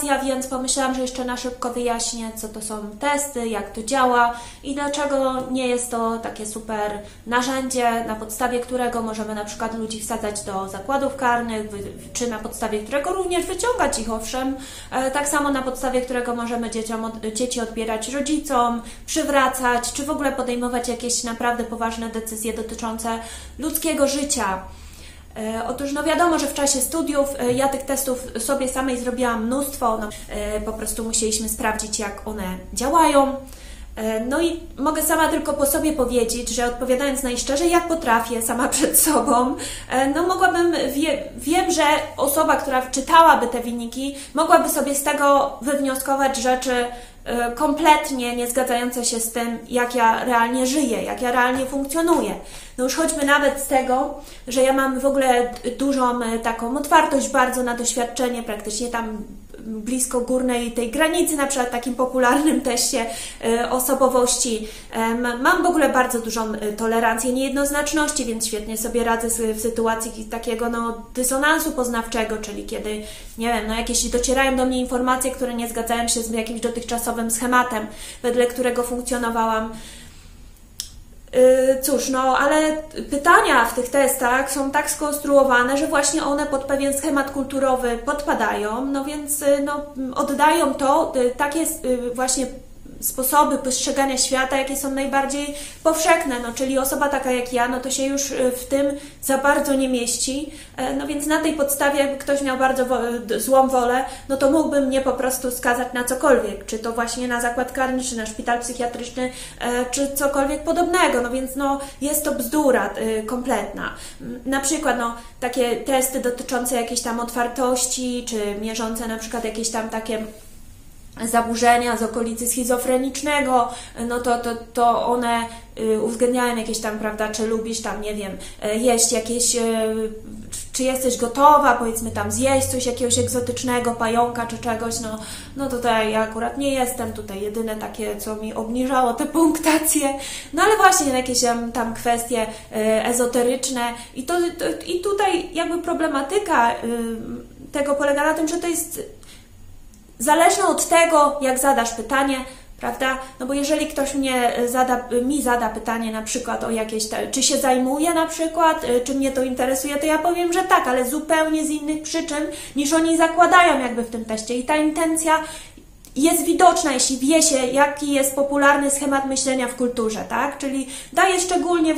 informacja, więc pomyślałam, że jeszcze na szybko wyjaśnię, co to są testy, jak to działa i dlaczego nie jest to takie super narzędzie, na podstawie którego możemy na przykład ludzi wsadzać do zakładów karnych, czy na podstawie którego również wyciągać ich, owszem, tak samo na podstawie którego możemy dzieci odbierać rodzicom, przywracać, czy w ogóle podejmować jakieś naprawdę poważne decyzje dotyczące ludzkiego życia. Otóż no wiadomo, że w czasie studiów ja tych testów sobie samej zrobiłam mnóstwo, po prostu musieliśmy sprawdzić, jak one działają. No i mogę sama tylko po sobie powiedzieć, że odpowiadając najszczerzej, jak potrafię sama przed sobą, no mogłabym, wiem, że osoba, która czytałaby te wyniki, mogłaby sobie z tego wywnioskować rzeczy kompletnie nie zgadzające się z tym, jak ja realnie żyję, jak ja realnie funkcjonuję. No już choćby nawet z tego, że ja mam w ogóle dużą taką otwartość bardzo na doświadczenie, praktycznie tam blisko górnej tej granicy, na przykład takim popularnym teście osobowości. Mam w ogóle bardzo dużą tolerancję niejednoznaczności, więc świetnie sobie radzę w sytuacji takiego dysonansu poznawczego, czyli kiedy, nie wiem, jakieś docierają do mnie informacje, które nie zgadzają się z jakimś dotychczasowym schematem, wedle którego funkcjonowałam. Cóż, ale pytania w tych testach są tak skonstruowane, że właśnie one pod pewien schemat kulturowy podpadają, no więc oddają takie właśnie sposoby postrzegania świata, jakie są najbardziej powszechne, czyli osoba taka jak ja, to się już w tym za bardzo nie mieści, no więc na tej podstawie, jakby ktoś miał bardzo złą wolę, no to mógłby mnie po prostu skazać na cokolwiek, czy to właśnie na zakład karny, czy na szpital psychiatryczny, czy cokolwiek podobnego, no więc jest to bzdura kompletna. Na przykład takie testy dotyczące jakiejś tam otwartości, czy mierzące na przykład jakieś tam takie zaburzenia z okolicy schizofrenicznego, to one uwzględniają jakieś tam, prawda, czy lubisz tam, nie wiem, jeść jakieś, czy jesteś gotowa, powiedzmy tam zjeść coś jakiegoś egzotycznego, pająka czy czegoś, no tutaj ja akurat nie jestem, tutaj jedyne takie, co mi obniżało tę punktację, ale właśnie jakieś tam kwestie ezoteryczne i tutaj jakby problematyka tego polega na tym, że to jest zależne od tego, jak zadasz pytanie, prawda? No bo jeżeli ktoś mi zada pytanie na przykład o jakieś, czy się zajmuje na przykład, czy mnie to interesuje, to ja powiem, że tak, ale zupełnie z innych przyczyn, niż oni zakładają jakby w tym teście. I ta intencja jest widoczna, jeśli wie się, jaki jest popularny schemat myślenia w kulturze, tak? Czyli daję szczególnie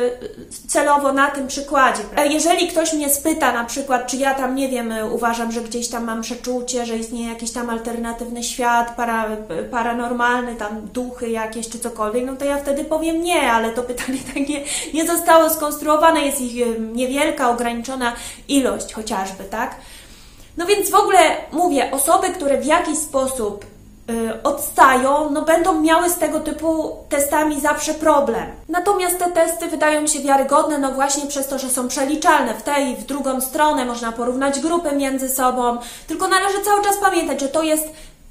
celowo na tym przykładzie. Jeżeli ktoś mnie spyta na przykład, czy ja tam, nie wiem, uważam, że gdzieś tam mam przeczucie, że istnieje jakiś tam alternatywny świat, paranormalny, tam duchy jakieś, czy cokolwiek, to ja wtedy powiem nie, ale to pytanie tak nie zostało skonstruowane, jest ich niewielka, ograniczona ilość chociażby, tak? No więc w ogóle mówię, osoby, które w jakiś sposób odstają, będą miały z tego typu testami zawsze problem. Natomiast te testy wydają się wiarygodne, właśnie przez to, że są przeliczalne w tę i w drugą stronę, można porównać grupy między sobą, tylko należy cały czas pamiętać, że to jest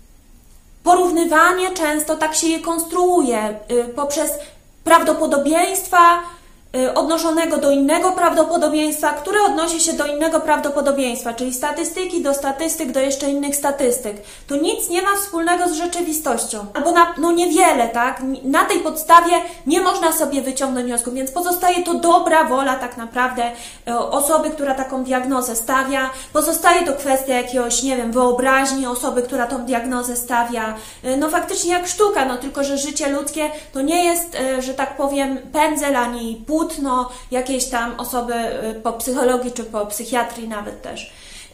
porównywanie, często tak się je konstruuje poprzez prawdopodobieństwa odnoszonego do innego prawdopodobieństwa, które odnosi się do innego prawdopodobieństwa, czyli statystyki do statystyk, do jeszcze innych statystyk. To nic nie ma wspólnego z rzeczywistością. Albo niewiele, tak? Na tej podstawie nie można sobie wyciągnąć wniosków, więc pozostaje to dobra wola tak naprawdę osoby, która taką diagnozę stawia. Pozostaje to kwestia jakiegoś, nie wiem, wyobraźni osoby, która tą diagnozę stawia. Faktycznie jak sztuka, tylko że życie ludzkie to nie jest, że tak powiem, pędzel ani płótno jakiejś tam osoby po psychologii czy po psychiatrii nawet też.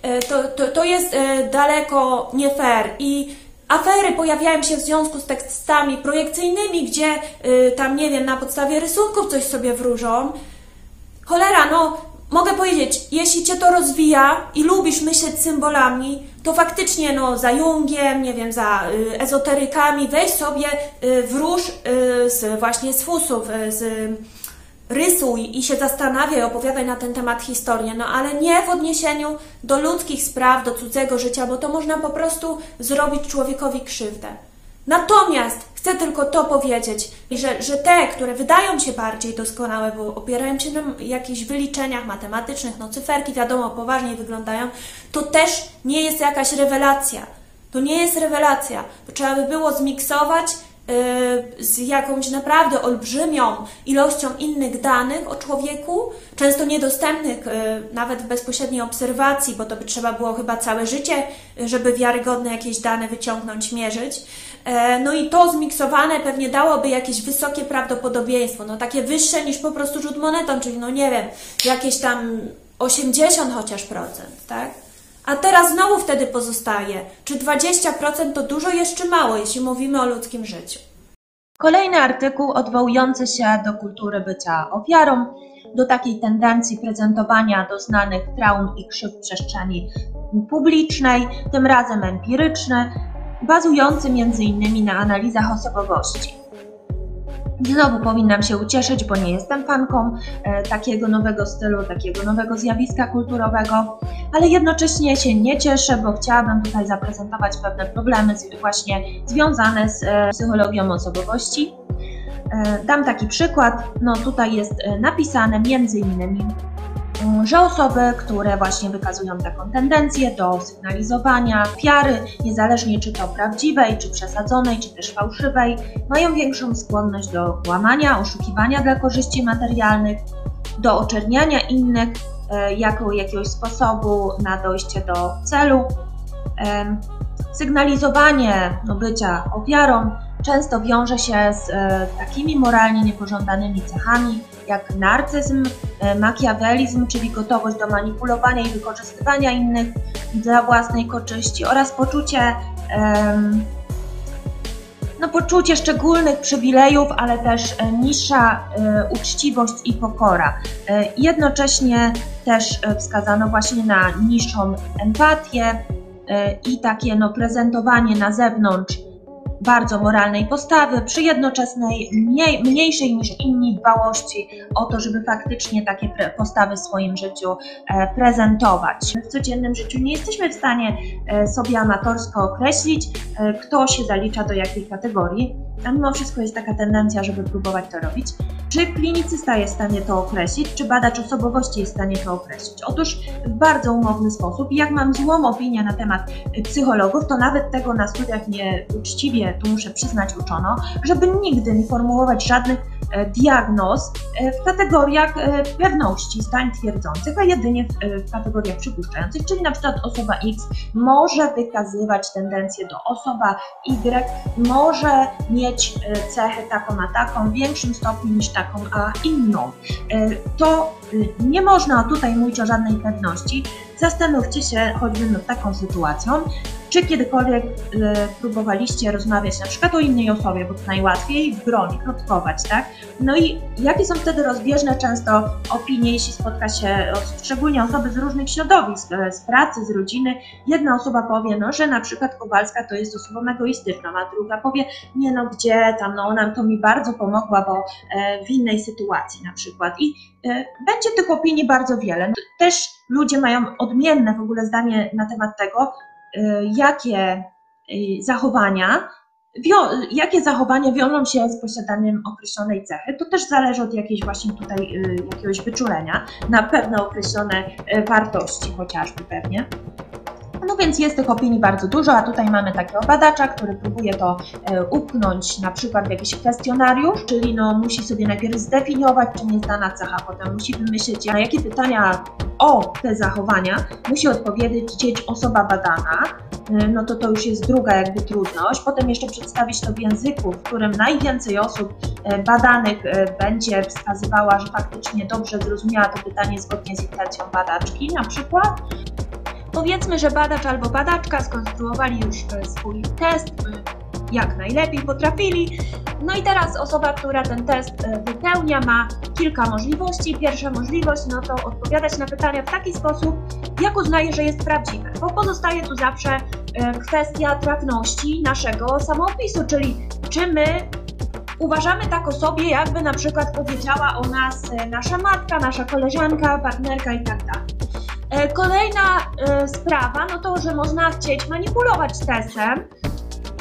To jest daleko nie fair i afery pojawiają się w związku z tekstami projekcyjnymi, gdzie tam, nie wiem, na podstawie rysunków coś sobie wróżą. Cholera, mogę powiedzieć, jeśli Cię to rozwija i lubisz myśleć symbolami, to faktycznie za Jungiem, nie wiem, za ezoterykami, weź sobie wróż właśnie z fusów, rysuj i się zastanawiaj, opowiadaj na ten temat historię, ale nie w odniesieniu do ludzkich spraw, do cudzego życia, bo to można po prostu zrobić człowiekowi krzywdę. Natomiast chcę tylko to powiedzieć, że te, które wydają się bardziej doskonałe, bo opierają się na jakichś wyliczeniach matematycznych, cyferki wiadomo, poważniej wyglądają, to też nie jest jakaś rewelacja. To nie jest rewelacja. To trzeba by było zmiksować z jakąś naprawdę olbrzymią ilością innych danych o człowieku, często niedostępnych nawet w bezpośredniej obserwacji, bo to by trzeba było chyba całe życie, żeby wiarygodne jakieś dane wyciągnąć, mierzyć. No i to zmiksowane pewnie dałoby jakieś wysokie prawdopodobieństwo, no takie wyższe niż po prostu rzut monetą, czyli no nie wiem, jakieś tam 80 chociaż procent, tak? A teraz znowu wtedy pozostaje, czy 20% to dużo, jest czy mało, jeśli mówimy o ludzkim życiu. Kolejny artykuł odwołujący się do kultury bycia ofiarą, do takiej tendencji prezentowania doznanych traum i krzywd w przestrzeni publicznej, tym razem empiryczny, bazujący m.in. na analizach osobowości. Znowu powinnam się ucieszyć, bo nie jestem fanką takiego nowego stylu, takiego nowego zjawiska kulturowego, ale jednocześnie się nie cieszę, bo chciałabym tutaj zaprezentować pewne problemy właśnie związane z psychologią osobowości. Dam taki przykład, no tutaj jest napisane między innymi, że osoby, które właśnie wykazują taką tendencję do sygnalizowania ofiary, niezależnie czy to prawdziwej, czy przesadzonej, czy też fałszywej, mają większą skłonność do kłamania, oszukiwania dla korzyści materialnych, do oczerniania innych jako jakiegoś sposobu na dojście do celu. Sygnalizowanie bycia ofiarą często wiąże się z takimi moralnie niepożądanymi cechami jak narcyzm, makiawelizm, czyli gotowość do manipulowania i wykorzystywania innych dla własnej korzyści oraz poczucie szczególnych przywilejów, ale też niższa uczciwość i pokora. Jednocześnie też wskazano właśnie na niższą empatię i takie prezentowanie na zewnątrz bardzo moralnej postawy, przy jednoczesnej mniejszej niż inni dbałości o to, żeby faktycznie takie postawy w swoim życiu prezentować. W codziennym życiu nie jesteśmy w stanie sobie amatorsko określić, kto się zalicza do jakiej kategorii, a mimo wszystko jest taka tendencja, żeby próbować to robić. Czy klinicysta jest w stanie to określić, czy badacz osobowości jest w stanie to określić? Otóż w bardzo umowny sposób. I jak mam złą opinię na temat psychologów, to nawet tego na studiach nieuczciwie, tu muszę przyznać, uczono, żeby nigdy nie formułować żadnych diagnoz w kategoriach pewności zdań twierdzących, a jedynie w kategoriach przypuszczających, czyli na przykład osoba X może wykazywać tendencję do osoba Y, może mieć cechę taką a taką w większym stopniu niż taką a inną. To nie można tutaj mówić o żadnej pewności. Zastanówcie się choćby nad taką sytuacją, czy kiedykolwiek próbowaliście rozmawiać na przykład o innej osobie, bo to najłatwiej bronić, plotkować, tak? No i jakie są wtedy rozbieżne często opinie, jeśli spotka się szczególnie osoby z różnych środowisk, z pracy, z rodziny. Jedna osoba powie, że na przykład Kowalska to jest osobą egoistyczną, a druga powie, gdzie tam, ona to mi bardzo pomogła, bo w innej sytuacji na przykład. I będzie tych opinii bardzo wiele. Też ludzie mają odmienne w ogóle zdanie na temat tego, jakie zachowania wiążą się z posiadaniem określonej cechy. To też zależy od jakiejś właśnie tutaj jakiegoś wyczulenia na pewne określone wartości chociażby pewnie. No więc jest tych opinii bardzo dużo, a tutaj mamy takiego badacza, który próbuje to upchnąć na przykład w jakiś kwestionariusz, czyli musi sobie najpierw zdefiniować, czym jest dana cecha, potem musi wymyślić, na jakie pytania o te zachowania musi odpowiedzieć osoba badana. To już jest druga trudność. Potem jeszcze przedstawić to w języku, w którym najwięcej osób badanych będzie wskazywała, że faktycznie dobrze zrozumiała to pytanie zgodnie z intencją badaczki na przykład. Powiedzmy, że badacz albo badaczka skonstruowali już swój test, jak najlepiej potrafili. No i teraz osoba, która ten test wypełnia, ma kilka możliwości. Pierwsza możliwość to odpowiadać na pytania w taki sposób, jak uznaje, że jest prawdziwe, bo pozostaje tu zawsze kwestia trafności naszego samoopisu, czyli czy my uważamy tak o sobie, jakby na przykład powiedziała o nas nasza matka, nasza koleżanka, partnerka i tak dalej. Kolejna sprawa, to, że można chcieć manipulować testem.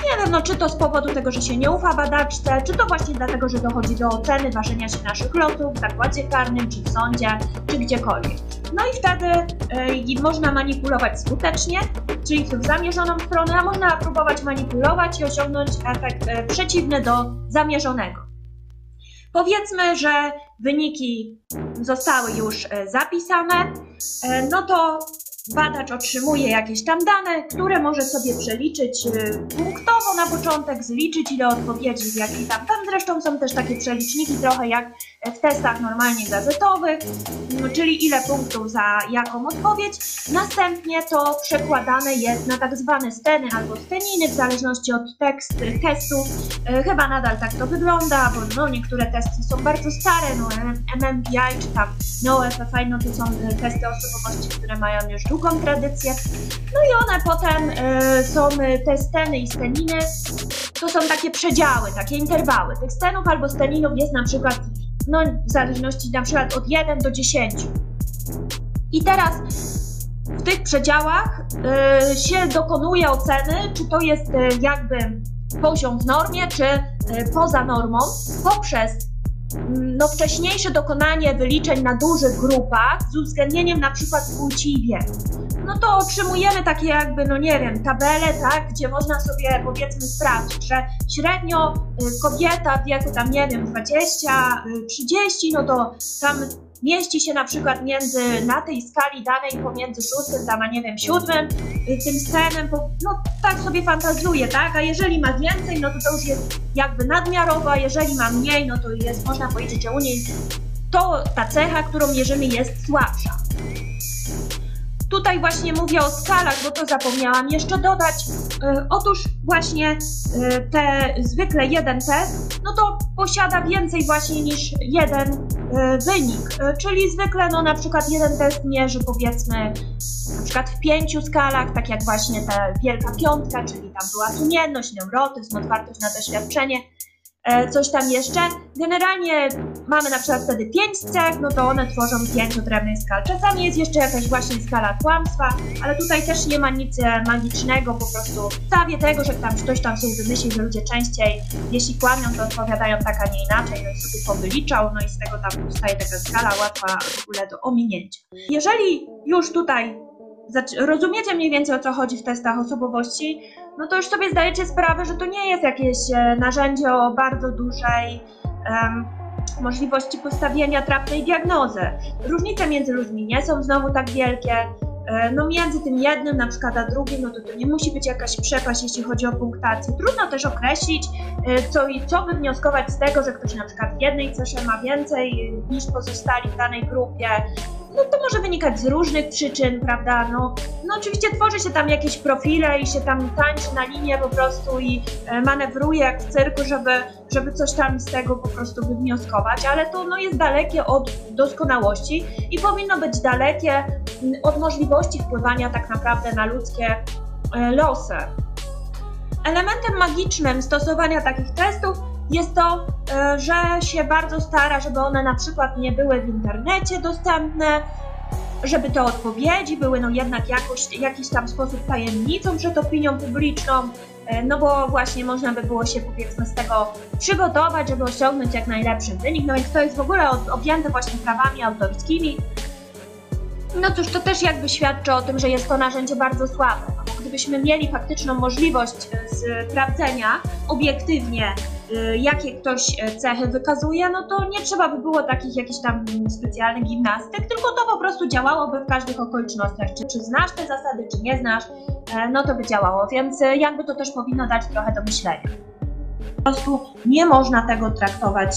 nie wiem, no czy to z powodu tego, że się nie ufa badaczce, czy to właśnie dlatego, że dochodzi do oceny ważenia się naszych losów w zakładzie karnym, czy w sądzie, czy gdziekolwiek. No i wtedy można manipulować skutecznie, czyli w zamierzoną stronę, a można próbować manipulować i osiągnąć efekt przeciwny do zamierzonego. Powiedzmy, że wyniki zostały już zapisane, no to badacz otrzymuje jakieś tam dane, które może sobie przeliczyć punktowo na początek, zliczyć ile odpowiedzi, w jakiej tam zresztą są też takie przeliczniki trochę jak w testach normalnie gazetowych, czyli ile punktów za jaką odpowiedź. Następnie to przekładane jest na tak zwane steny albo steniny, w zależności od testu. Chyba nadal tak to wygląda, bo no, niektóre testy są bardzo stare, no MMPI czy tam NoFFI, no to są testy osobowości, które mają już długą tradycję. No i one potem są te steny i steniny, to są takie przedziały, takie interwały. Tych stenów albo steninów jest na przykład, no w zależności na przykład od 1 do 10. I teraz w tych przedziałach się dokonuje oceny, czy to jest jakby poziom w normie, czy poza normą, poprzez no, wcześniejsze dokonanie wyliczeń na dużych grupach z uwzględnieniem na przykład płci i wieku. No to otrzymujemy takie jakby, no nie wiem, tabele, tak, gdzie można sobie powiedzmy sprawdzić, że średnio kobieta w wieku tam, nie wiem, 20, 30, no to tam mieści się na przykład na tej skali danej pomiędzy 6, tam, a nie wiem, 7, tym scenem, no tak sobie fantazuje, tak, a jeżeli ma więcej, no to już jest jakby nadmiarowa, jeżeli ma mniej, no to jest, można powiedzieć, że u niej to ta cecha, którą mierzymy, jest słabsza. Tutaj właśnie mówię o skalach, bo to zapomniałam jeszcze dodać. Otóż właśnie zwykle jeden test, no to posiada więcej właśnie niż jeden wynik. Czyli zwykle no na przykład jeden test mierzy powiedzmy na przykład w 5 skalach, tak jak właśnie ta wielka piątka, czyli tam była sumienność, neurotyzm, otwartość na doświadczenie, coś tam jeszcze. Generalnie mamy na przykład wtedy 5 cech, no to one tworzą 5 odrębnych skal. Czasami jest jeszcze jakaś właśnie skala kłamstwa, ale tutaj też nie ma nic magicznego, po prostu stawię tego, że tam ktoś tam sobie wymyślił, że ludzie częściej, jeśli kłamią, to odpowiadają tak, a nie inaczej, no i sobie powyliczał, no i z tego tam powstaje taka skala łatwa w ogóle do ominięcia. Jeżeli już tutaj rozumiecie mniej więcej, o co chodzi w testach osobowości, no to już sobie zdajecie sprawę, że to nie jest jakieś narzędzie o bardzo dużej możliwości postawienia trafnej diagnozy. Różnice między ludźmi nie są znowu tak wielkie. No między tym jednym na przykład a drugim, no to nie musi być jakaś przepaść, jeśli chodzi o punktację. Trudno też określić, co wywnioskować z tego, że ktoś na przykład w jednej cesze ma więcej niż pozostali w danej grupie. No to może wynikać z różnych przyczyn, prawda? No oczywiście tworzy się tam jakieś profile i się tam tańczy na linię po prostu i manewruje jak w cyrku, żeby coś tam z tego po prostu wywnioskować, ale to no, jest dalekie od doskonałości i powinno być dalekie od możliwości wpływania tak naprawdę na ludzkie losy. Elementem magicznym stosowania takich testów jest to, że się bardzo stara, żeby one na przykład nie były w internecie dostępne, żeby te odpowiedzi były no jednak w jakiś tam sposób tajemnicą przed opinią publiczną, no bo właśnie można by było się powiedzmy z tego przygotować, żeby osiągnąć jak najlepszy wynik, no więc to jest w ogóle objęte właśnie prawami autorskimi. No cóż, to też jakby świadczy o tym, że jest to narzędzie bardzo słabe. No, gdybyśmy mieli faktyczną możliwość sprawdzenia obiektywnie, jakie ktoś cechy wykazuje, no to nie trzeba by było takich jakichś tam specjalnych gimnastyk, tylko to po prostu działałoby w każdych okolicznościach. Czy znasz te zasady, czy nie znasz, no to by działało, więc jakby to też powinno dać trochę do myślenia. Po prostu nie można tego traktować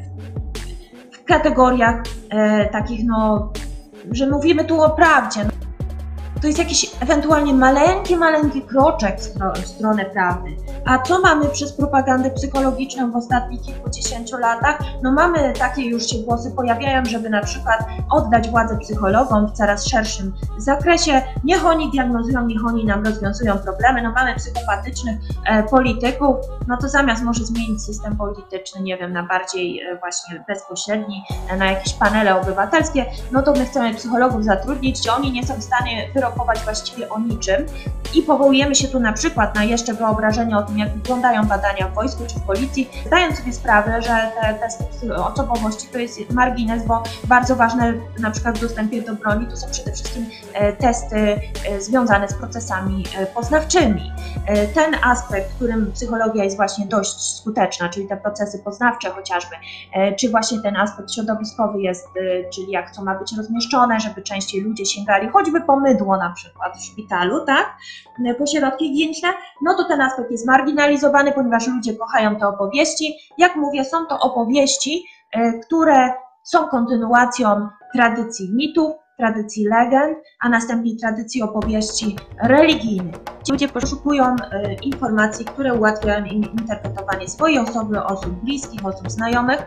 w kategoriach takich, no, że mówimy tu o prawdzie. To jest jakiś ewentualnie maleńki kroczek w stronę prawdy. A co mamy przez propagandę psychologiczną w ostatnich kilkudziesięciu latach? No mamy takie już się głosy pojawiają, żeby na przykład oddać władzę psychologom w coraz szerszym zakresie. Niech oni diagnozują, niech oni nam rozwiązują problemy. No mamy psychopatycznych polityków, no to zamiast może zmienić system polityczny, nie wiem, na bardziej właśnie bezpośredni, na jakieś panele obywatelskie, no to my chcemy psychologów zatrudnić, gdzie oni nie są w stanie wyrokować właściwie o niczym. i powołujemy się tu na przykład na jeszcze wyobrażenie o tym, jak wyglądają badania w wojsku czy w policji, zdając sobie sprawę, że te testy osobowości to jest margines, bo bardzo ważne na przykład w dostępie do broni to są przede wszystkim testy związane z procesami poznawczymi. Ten aspekt, w którym psychologia jest właśnie dość skuteczna, czyli te procesy poznawcze chociażby, czy właśnie ten aspekt środowiskowy jest, czyli jak co ma być rozmieszczone, żeby częściej ludzie sięgali choćby po mydło na przykład w szpitalu, tak, po środki higieniczne, no to ten aspekt jest marginalizowany, ponieważ ludzie kochają te opowieści. Jak mówię, są to opowieści, które są kontynuacją tradycji mitów, tradycji legend, a następnie tradycji opowieści religijnych. Ci ludzie poszukują informacji, które ułatwiają im interpretowanie swojej osoby, osób bliskich, osób znajomych.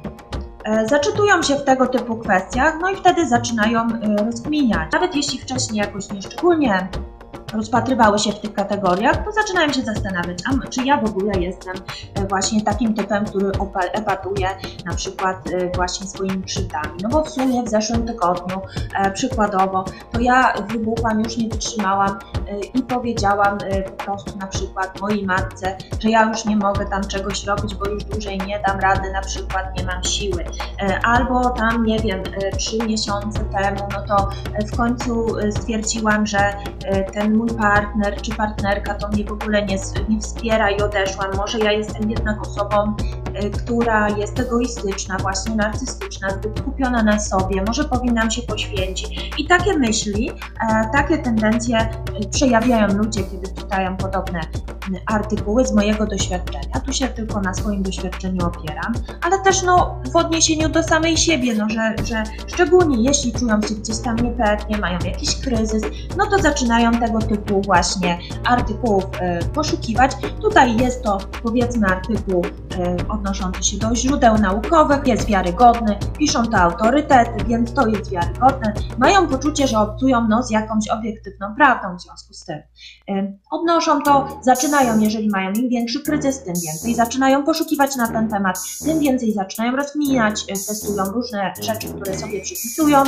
Zaczytują się w tego typu kwestiach, no i wtedy zaczynają rozkminiać. Nawet jeśli wcześniej jakoś nieszczególnie rozpatrywały się w tych kategoriach, to zaczynają się zastanawiać, a czy ja w ogóle jestem właśnie takim typem, który epatuje na przykład właśnie swoimi krzywdami. No bo w sumie w zeszłym tygodniu przykładowo to ja wybuchłam, już nie wytrzymałam i powiedziałam po prostu na przykład mojej matce, że ja już nie mogę tam czegoś robić, bo już dłużej nie dam rady, na przykład nie mam siły. Albo tam, nie wiem, 3 miesiące temu, no to w końcu stwierdziłam, że ten mój partner czy partnerka to mnie w ogóle nie wspiera i odeszłam. Może ja jestem jednak osobą, która jest egoistyczna, właśnie narcystyczna, zbyt skupiona na sobie, może powinnam się poświęcić. I takie myśli, takie tendencje przejawiają ludzie, kiedy czytają podobne artykuły z mojego doświadczenia. Tu się tylko na swoim doświadczeniu opieram, ale też no, w odniesieniu do samej siebie, no, że szczególnie jeśli czują się gdzieś tam niepewnie, mają jakiś kryzys, no to zaczynają tego typu właśnie artykułów poszukiwać. Tutaj jest to, powiedzmy, artykuł odnoszący się do źródeł naukowych, jest wiarygodny, piszą to autorytety, więc to jest wiarygodne. Mają poczucie, że obcują no, z jakąś obiektywną prawdą w związku z tym. Odnoszą to, zaczynają, jeżeli mają im większy kryzys, tym więcej zaczynają poszukiwać na ten temat, tym więcej zaczynają rozkminiać, testują różne rzeczy, które sobie przypisują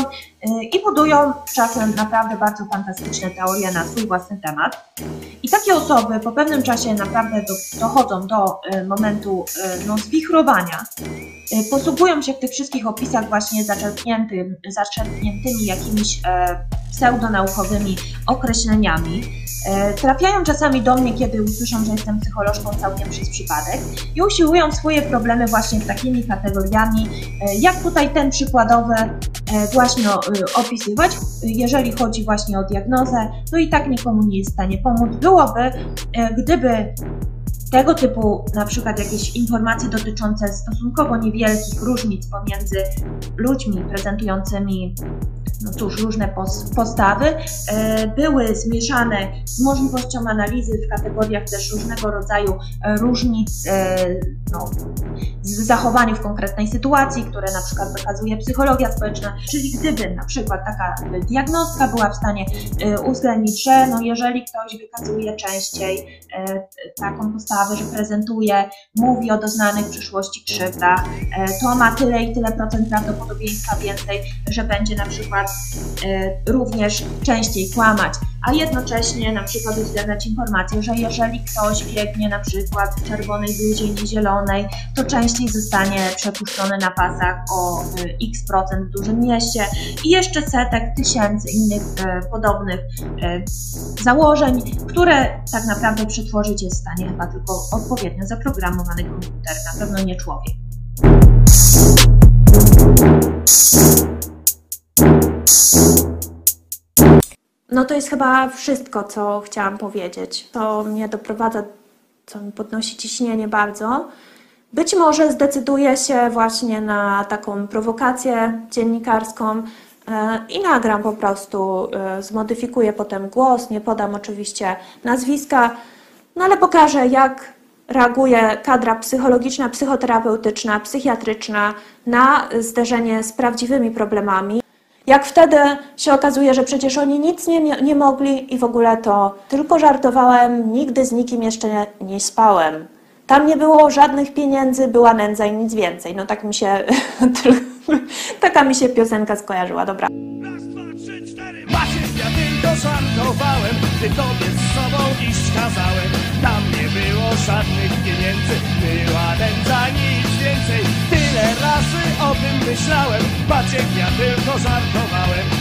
i budują czasem naprawdę bardzo fantastyczne teorie na swój własny temat. I takie osoby po pewnym czasie naprawdę dochodzą do momentu no, zwichrowania, posługują się w tych wszystkich opisach właśnie zaczerpniętymi jakimiś pseudonaukowymi określeniami. Trafiają czasami do mnie, kiedy usłyszą, że jestem psycholożką całkiem przez przypadek i usiłują swoje problemy właśnie takimi kategoriami, jak tutaj ten przykładowy właśnie opisywać. Jeżeli chodzi właśnie o diagnozę, to i tak nikomu nie jest w stanie pomóc. Byłoby, gdyby tego typu na przykład jakieś informacje dotyczące stosunkowo niewielkich różnic pomiędzy ludźmi prezentującymi no cóż, różne postawy były zmieszane z możliwością analizy w kategoriach też różnego rodzaju różnic no, w zachowaniu w konkretnej sytuacji, które na przykład wykazuje psychologia społeczna, czyli gdyby na przykład taka diagnostka była w stanie uwzględnić, że no, jeżeli ktoś wykazuje częściej taką postawę, że prezentuje, mówi o doznanych w przyszłości krzywdach, to ma tyle i tyle procent prawdopodobieństwa więcej, że będzie na przykład również częściej kłamać, a jednocześnie na przykład uwzględniać informację, że jeżeli ktoś biegnie na przykład w czerwonej bluzie, nie zielonej, to częściej zostanie przepuszczony na pasach o x% w dużym mieście i jeszcze setek tysięcy innych podobnych założeń, które tak naprawdę przetworzyć jest w stanie chyba tylko odpowiednio zaprogramowany komputer, na pewno nie człowiek. No to jest chyba wszystko, co chciałam powiedzieć. To mnie doprowadza, co mi podnosi ciśnienie bardzo. Być może zdecyduję się właśnie na taką prowokację dziennikarską i nagram po prostu, zmodyfikuję potem głos, nie podam oczywiście nazwiska, no ale pokażę, jak reaguje kadra psychologiczna, psychoterapeutyczna, psychiatryczna na zderzenie z prawdziwymi problemami. Jak wtedy się okazuje, że przecież oni nic nie mogli i w ogóle to tylko żartowałem, nigdy z nikim jeszcze nie spałem. Tam nie było żadnych pieniędzy, była nędza i nic więcej. No tak mi się, taka mi się piosenka skojarzyła, dobra. Raz, dwa, trzy, cztery, macie tylko szanto. żałowałem, gdy tobie z sobą iść kazałem. Tam nie było żadnych pieniędzy, była nędza, nic więcej. Tyle razy o tym myślałem, Maciek, ja tylko żartowałem.